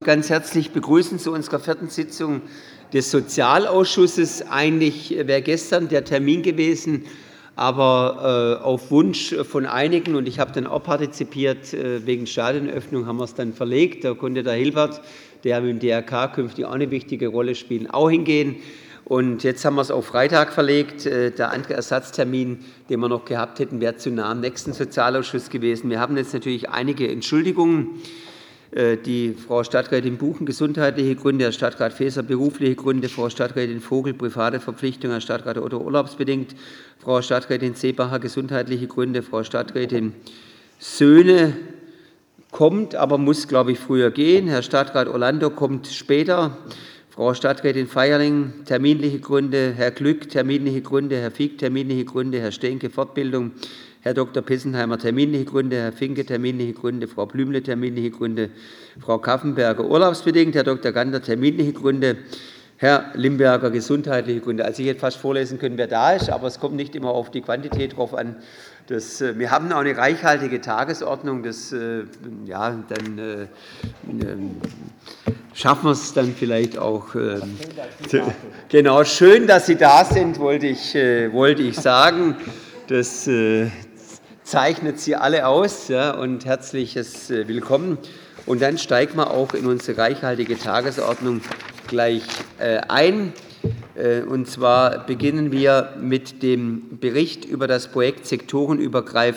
Ganz herzlich begrüßen zu unserer 4. Sitzung des Sozialausschusses. Eigentlich wäre gestern der Termin gewesen, aber auf Wunsch von einigen, und ich habe dann auch partizipiert, wegen Stadionöffnung haben wir es dann verlegt. Da konnte der Hilbert, der mit dem DRK künftig auch eine wichtige Rolle spielen, auch hingehen. Und jetzt haben wir es auf Freitag verlegt. Der andere Ersatztermin, den wir noch gehabt hätten, wäre zu nah am nächsten Sozialausschuss gewesen. Wir haben jetzt natürlich einige Entschuldigungen. Die Frau Stadträtin Buchen, gesundheitliche Gründe, Herr Stadtrat Faeser, berufliche Gründe, Frau Stadträtin Vogel, private Verpflichtungen, Herr Stadtrat Otto, urlaubsbedingt, Frau Stadträtin Seebacher, gesundheitliche Gründe, Frau Stadträtin Söhne kommt, aber muss, glaube ich, früher gehen, Herr Stadtrat Orlando kommt später, Frau Stadträtin Feierling, terminliche Gründe, Herr Glück, terminliche Gründe, Herr Fieck, terminliche Gründe, Herr Stehnke, Fortbildung, Herr Dr. Pissenheimer, terminliche Gründe, Herr Finke, terminliche Gründe, Frau Blümle, terminliche Gründe, Frau Kaffenberger, urlaubsbedingt, Herr Dr. Gander, terminliche Gründe, Herr Limberger, gesundheitliche Gründe. Also ich hätte fast vorlesen können, wer da ist, aber es kommt nicht immer auf die Quantität drauf an. Wir haben auch eine reichhaltige Tagesordnung. Dann schaffen wir es dann vielleicht auch. Genau, schön, dass Sie da sind, wollte ich sagen. Das zeichnet Sie alle aus, ja, und herzliches Willkommen. Und dann steigen wir auch in unsere reichhaltige Tagesordnung gleich ein. Und zwar beginnen wir mit dem Bericht über das Projekt sektorenübergreifend